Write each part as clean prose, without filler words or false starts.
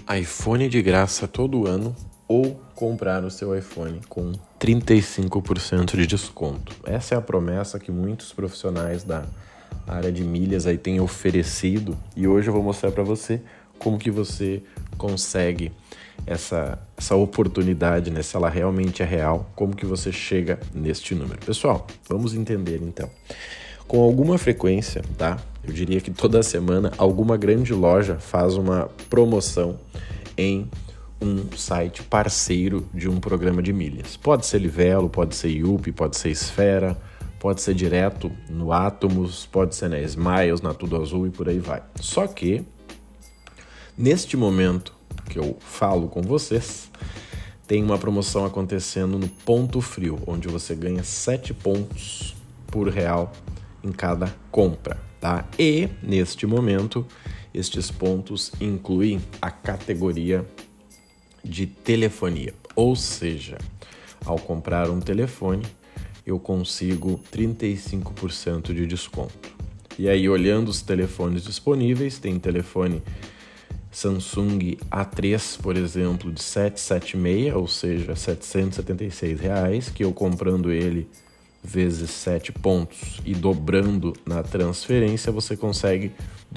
iPhone de graça todo ano ou comprar o seu iPhone com 35% de desconto. Essa é a promessa que muitos profissionais da área de milhas aí têm oferecido e hoje eu vou mostrar para você como que você consegue essa oportunidade, né? Se ela realmente é real, como que você chega neste número. Pessoal, vamos entender então. Com alguma frequência, tá? Eu diria que toda semana alguma grande loja faz uma promoção em um site parceiro de um programa de milhas. Pode ser Livelo, pode ser Yupi, pode ser Esfera, pode ser direto no Atomos, pode ser na Smiles, na Tudo Azul e por aí vai. Só que, neste momento que eu falo com vocês, tem uma promoção acontecendo no Ponto Frio, onde você ganha 7 pontos por real em cada compra, tá? E, neste momento, estes pontos incluem a categoria de telefonia. Ou seja, ao comprar um telefone, eu consigo 35% de desconto. E aí, olhando os telefones disponíveis, tem telefone Samsung A3, por exemplo, de 776, ou seja, R$ 776, que eu comprando ele vezes 7 pontos e dobrando na transferência, você consegue R$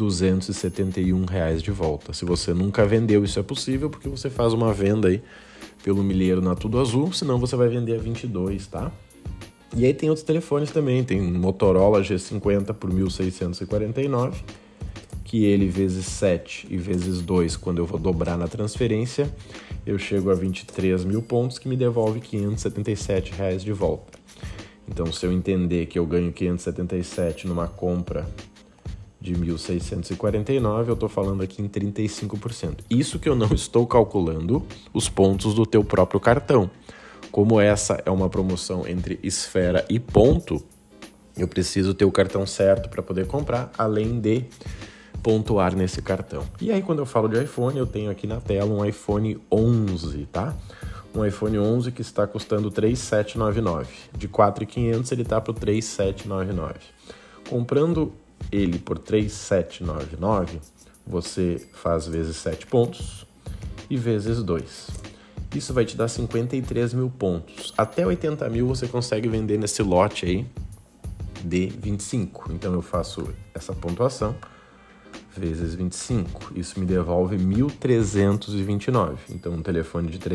271 de volta. Se você nunca vendeu, isso é possível porque você faz uma venda aí pelo milheiro na Tudo Azul, senão você vai vender a 22, tá? E aí tem outros telefones também, tem Motorola G50 por 1.649, que ele vezes 7 e vezes 2, quando eu vou dobrar na transferência, eu chego a 23 mil pontos, que me devolve R$ 577 de volta. Então, se eu entender que eu ganho 577 numa compra de 1.649, eu estou falando aqui em 35%. Isso que eu não estou calculando os pontos do teu próprio cartão. Como essa é uma promoção entre Esfera e Ponto, eu preciso ter o cartão certo para poder comprar, além de pontuar nesse cartão. E aí, quando eu falo de iPhone, eu tenho aqui na tela um iPhone 11, tá? Um iPhone 11 que está custando R$ 3.799. De 4.500 ele está para o 3.799. Comprando ele por 3.799, você faz vezes 7 pontos e vezes 2. Isso vai te dar 53 mil pontos. Até 80 mil você consegue vender nesse lote aí de 25. Então eu faço essa pontuação vezes 25. Isso me devolve 1.329. Então um telefone de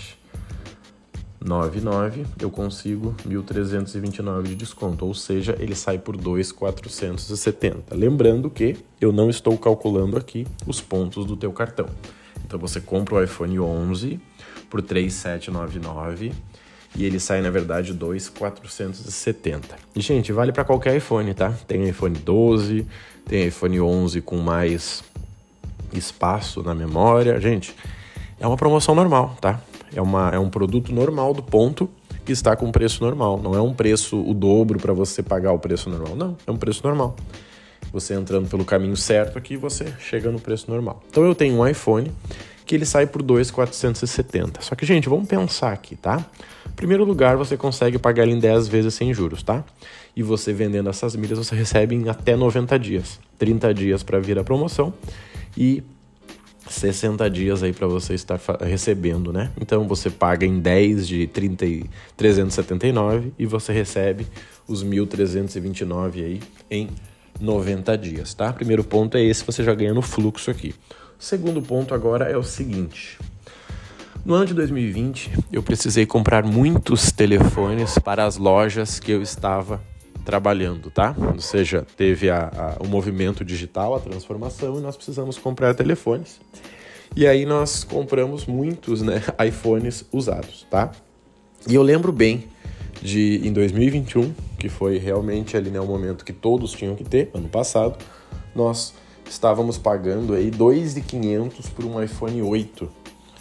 3.799 eu consigo 1.329 de desconto, ou seja, ele sai por 2.470. Lembrando que eu não estou calculando aqui os pontos do teu cartão. Então você compra o iPhone 11 por 3.799 e ele sai, na verdade, 2.470. E, gente, vale para qualquer iPhone, tá? Tem iPhone 12, tem iPhone 11 com mais espaço na memória. Gente, é uma promoção normal, tá? É um produto normal do Ponto que está com preço normal. Não é um preço o dobro para você pagar o preço normal. Não, é um preço normal. Você entrando pelo caminho certo aqui, você chega no preço normal. Então eu tenho um iPhone que ele sai por 2.470. Só que, gente, vamos pensar aqui, tá? Em primeiro lugar, você consegue pagar ele em 10 vezes sem juros, tá? E você vendendo essas milhas, você recebe em até 90 dias. 30 dias para vir a promoção e 60 dias aí para você estar recebendo, né? Então você paga em 10 de 379 e você recebe os 1.329 aí em 90 dias, tá? Primeiro ponto é esse, você já ganha no fluxo aqui. O segundo ponto agora é o seguinte. No ano de 2020, eu precisei comprar muitos telefones para as lojas que eu estava trabalhando, tá? Ou seja, teve o movimento digital, a transformação, e nós precisamos comprar telefones. E aí nós compramos muitos, né, iPhones usados, tá? E eu lembro bem em 2021, que foi realmente ali, né, o momento que todos tinham que ter, ano passado, nós estávamos pagando aí R$ 2.500 por um iPhone 8. R$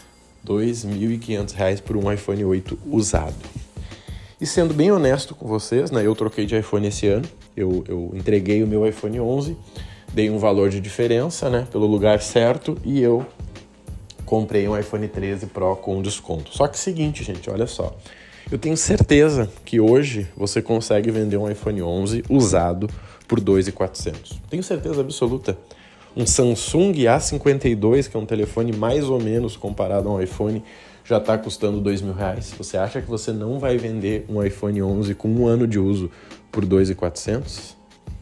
2.500 por um iPhone 8 usado. E sendo bem honesto com vocês, né, eu troquei de iPhone esse ano, eu entreguei o meu iPhone 11, dei um valor de diferença, né, pelo lugar certo, e eu comprei um iPhone 13 Pro com desconto. Só que seguinte, gente, olha só, eu tenho certeza que hoje você consegue vender um iPhone 11 usado por R$ 2.400. Tenho certeza absoluta. Um Samsung A52, que é um telefone mais ou menos comparado a um iPhone, já está custando R$2.000. Você acha que você não vai vender um iPhone 11 com 1 ano de uso por R$2.400?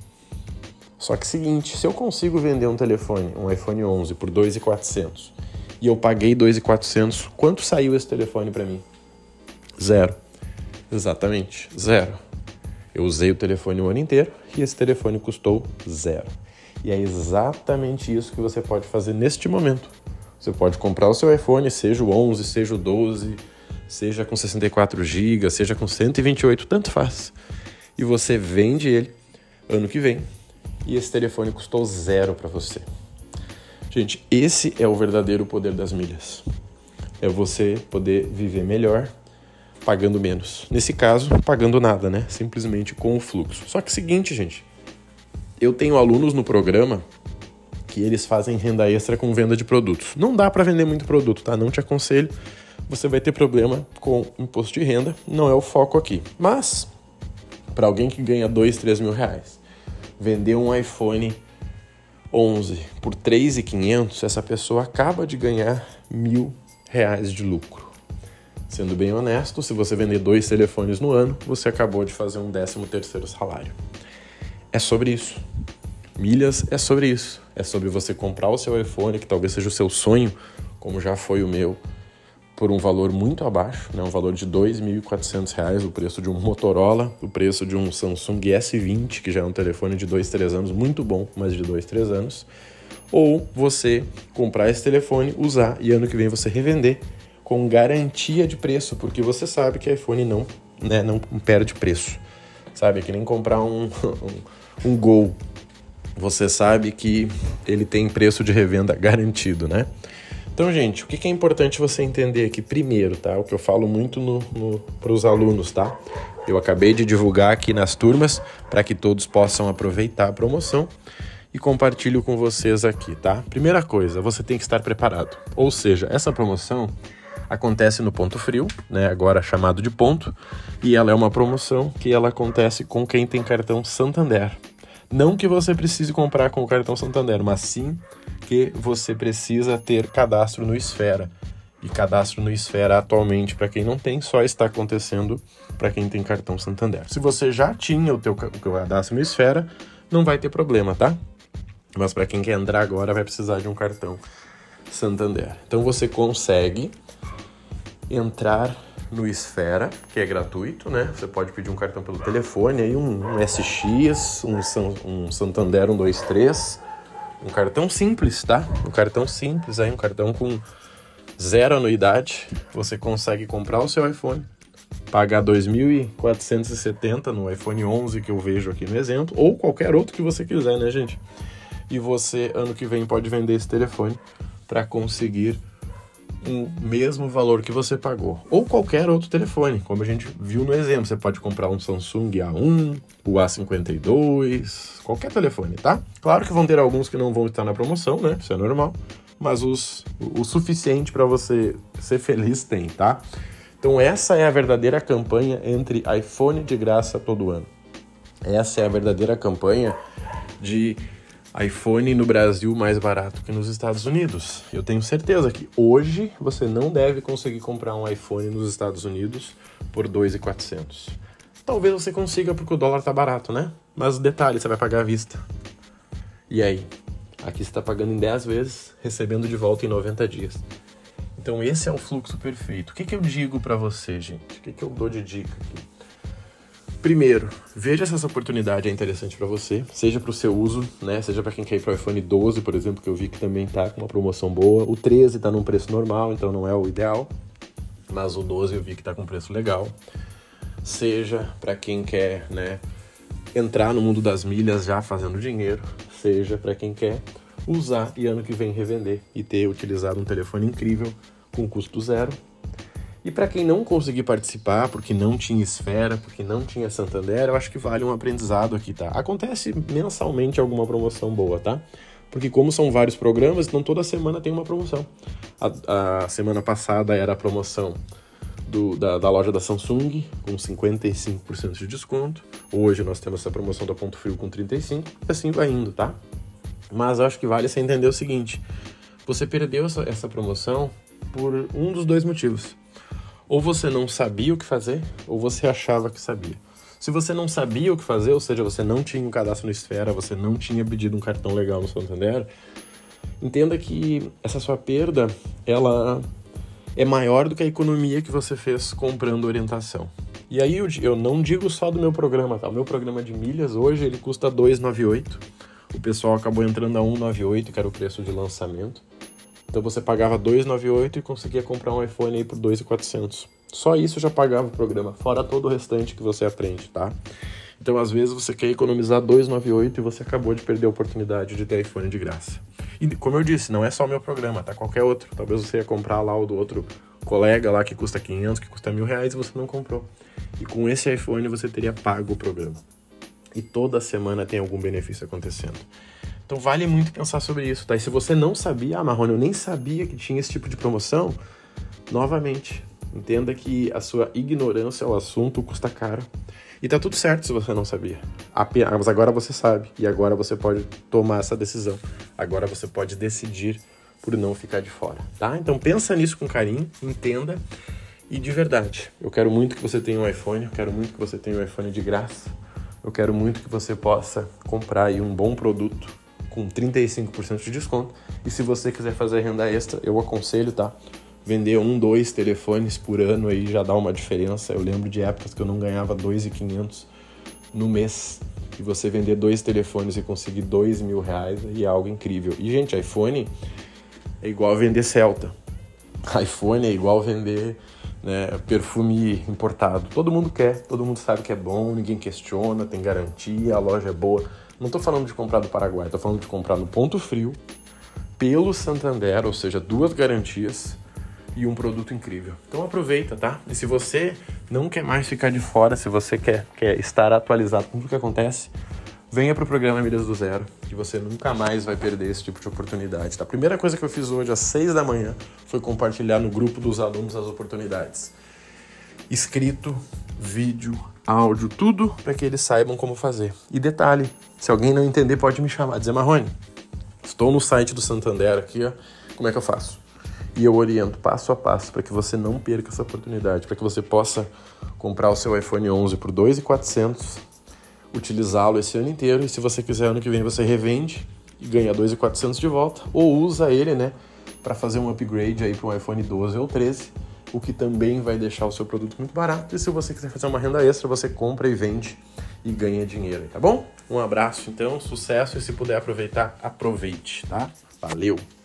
Só que seguinte, se eu consigo vender um telefone, um iPhone 11 por R$2.400 e eu paguei R$2.400, quanto saiu esse telefone para mim? Zero. Exatamente, zero. Eu usei o telefone o ano inteiro e esse telefone custou zero. E é exatamente isso que você pode fazer neste momento. Você pode comprar o seu iPhone, seja o 11, seja o 12, seja com 64 GB, seja com 128, tanto faz. E você vende ele ano que vem e esse telefone custou zero para você. Gente, esse é o verdadeiro poder das milhas. É você poder viver melhor pagando menos. Nesse caso, pagando nada, né? Simplesmente com o fluxo. Só que seguinte, gente, eu tenho alunos no programa que eles fazem renda extra com venda de produtos. Não dá para vender muito produto, tá? Não te aconselho. Você vai ter problema com imposto de renda, não é o foco aqui. Mas, para alguém que ganha R$2.000, R$3.000, vender um iPhone 11 por R$3.500, essa pessoa acaba de ganhar R$1.000 de lucro. Sendo bem honesto, se você vender 2 telefones no ano, você acabou de fazer um 13º salário. É sobre isso. Milhas é sobre isso. É sobre você comprar o seu iPhone, que talvez seja o seu sonho, como já foi o meu, por um valor muito abaixo, né? Um valor de R$2.400, o preço de um Motorola, o preço de um Samsung S20, que já é um telefone de 2, 3 anos, muito bom, mas de 2, 3 anos. Ou você comprar esse telefone, usar e ano que vem você revender com garantia de preço, porque você sabe que iPhone não perde preço. Sabe, é que nem comprar um Gol. Você sabe que ele tem preço de revenda garantido, né? Então, gente, o que é importante você entender aqui primeiro, tá? O que eu falo muito para os alunos, tá? Eu acabei de divulgar aqui nas turmas para que todos possam aproveitar a promoção e compartilho com vocês aqui, tá? Primeira coisa, você tem que estar preparado. Ou seja, essa promoção acontece no Ponto Frio, né, agora chamado de Ponto, e ela é uma promoção que ela acontece com quem tem cartão Santander. Não que você precise comprar com o cartão Santander, mas sim que você precisa ter cadastro no Esfera. E cadastro no Esfera atualmente, para quem não tem, só está acontecendo para quem tem cartão Santander. Se você já tinha o teu cadastro no Esfera, não vai ter problema, tá? Mas para quem quer entrar agora, vai precisar de um cartão Santander. Então você consegue entrar no Esfera, que é gratuito, né? Você pode pedir um cartão pelo telefone, aí um SX, um Santander 123, um cartão simples, tá? Um cartão simples, aí um cartão com 0 anuidade, você consegue comprar o seu iPhone, pagar R$2.470 no iPhone 11 que eu vejo aqui no exemplo, ou qualquer outro que você quiser, né, gente? E você, ano que vem, pode vender esse telefone para conseguir o mesmo valor que você pagou. Ou qualquer outro telefone, como a gente viu no exemplo. Você pode comprar um Samsung A1, o A52, qualquer telefone, tá? Claro que vão ter alguns que não vão estar na promoção, né? Isso é normal. Mas o suficiente para você ser feliz tem, tá? Então essa é a verdadeira campanha entre iPhone de graça todo ano. Essa é a verdadeira campanha de iPhone no Brasil mais barato que nos Estados Unidos. Eu tenho certeza que hoje você não deve conseguir comprar um iPhone nos Estados Unidos por R$2.400. Talvez você consiga porque o dólar tá barato, né? Mas detalhe, você vai pagar à vista. E aí? Aqui você está pagando em 10 vezes, recebendo de volta em 90 dias. Então esse é o fluxo perfeito. O que eu digo para você, gente? O que eu dou de dica aqui? Primeiro, veja se essa oportunidade é interessante para você, seja para o seu uso, né? Seja para quem quer ir para o iPhone 12, por exemplo, que eu vi que também está com uma promoção boa. O 13 está num preço normal, então não é o ideal, mas o 12 eu vi que está com um preço legal. Seja para quem quer, né, entrar no mundo das milhas já fazendo dinheiro, seja para quem quer usar e ano que vem revender e ter utilizado um telefone incrível com custo zero. E para quem não conseguir participar, porque não tinha Esfera, porque não tinha Santander, eu acho que vale um aprendizado aqui, tá? Acontece mensalmente alguma promoção boa, tá? Porque como são vários programas, então toda semana tem uma promoção. A semana passada era a promoção da loja da Samsung, com 55% de desconto. Hoje nós temos essa promoção da Ponto Frio com 35%, e assim vai indo, tá? Mas eu acho que vale você entender o seguinte: você perdeu essa promoção por um dos dois motivos. Ou você não sabia o que fazer, ou você achava que sabia. Se você não sabia o que fazer, ou seja, você não tinha um cadastro no Esfera, você não tinha pedido um cartão legal no Santander, entenda que essa sua perda, ela é maior do que a economia que você fez comprando orientação. E aí eu não digo só do meu programa, tá? O meu programa de milhas hoje ele custa R$ 298. O pessoal acabou entrando a R$ 198, que era o preço de lançamento. Então você pagava R$ 298 e conseguia comprar um iPhone aí por R$ 2.400. Só isso já pagava o programa, fora todo o restante que você aprende, tá? Então às vezes você quer economizar R$ 298 e você acabou de perder a oportunidade de ter iPhone de graça. E como eu disse, não é só o meu programa, tá? Qualquer outro. Talvez você ia comprar lá o do outro colega lá que custa 500, que custa R$ 1.000 e você não comprou. E com esse iPhone você teria pago o programa. E toda semana tem algum benefício acontecendo. Então vale muito pensar sobre isso, tá? E se você não sabia, Marrone, eu nem sabia que tinha esse tipo de promoção, novamente, entenda que a sua ignorância ao assunto custa caro. E tá tudo certo se você não sabia. Mas agora você sabe. E agora você pode tomar essa decisão. Agora você pode decidir por não ficar de fora, tá? Então pensa nisso com carinho, entenda. E de verdade, eu quero muito que você tenha um iPhone, eu quero muito que você tenha um iPhone de graça. Eu quero muito que você possa comprar aí um bom produto com 35% de desconto. E se você quiser fazer renda extra, eu aconselho, tá? Vender 2 telefones por ano aí já dá uma diferença. Eu lembro de épocas que eu não ganhava 2.500 no mês. E você vender 2 telefones e conseguir R$ 2.000 aí é algo incrível. E, gente, iPhone é igual vender Celta. iPhone é igual vender, né, perfume importado. Todo mundo quer, todo mundo sabe que é bom, ninguém questiona, tem garantia, a loja é boa. Não tô falando de comprar do Paraguai, tô falando de comprar no Ponto Frio, pelo Santander, ou seja, 2 garantias e um produto incrível. Então aproveita, tá? E se você não quer mais ficar de fora, se você quer estar atualizado com tudo que acontece, venha pro programa Milhas do Zero, que você nunca mais vai perder esse tipo de oportunidade, tá? A primeira coisa que eu fiz hoje às 6 da manhã foi compartilhar no grupo dos alunos as oportunidades. Escrito, vídeo, áudio, tudo para que eles saibam como fazer. E detalhe, se alguém não entender pode me chamar, dizer: Marrone, estou no site do Santander aqui, ó, como é que eu faço? E eu oriento passo a passo para que você não perca essa oportunidade, para que você possa comprar o seu iPhone 11 por R$ 2.400, utilizá-lo esse ano inteiro, e se você quiser ano que vem você revende e ganha R$ 2.400 de volta, ou usa ele, né, para fazer um upgrade aí para um iPhone 12 ou 13, o que também vai deixar o seu produto muito barato. E se você quiser fazer uma renda extra, você compra e vende e ganha dinheiro, tá bom? Um abraço, então, sucesso, e se puder aproveitar, aproveite, tá? Valeu!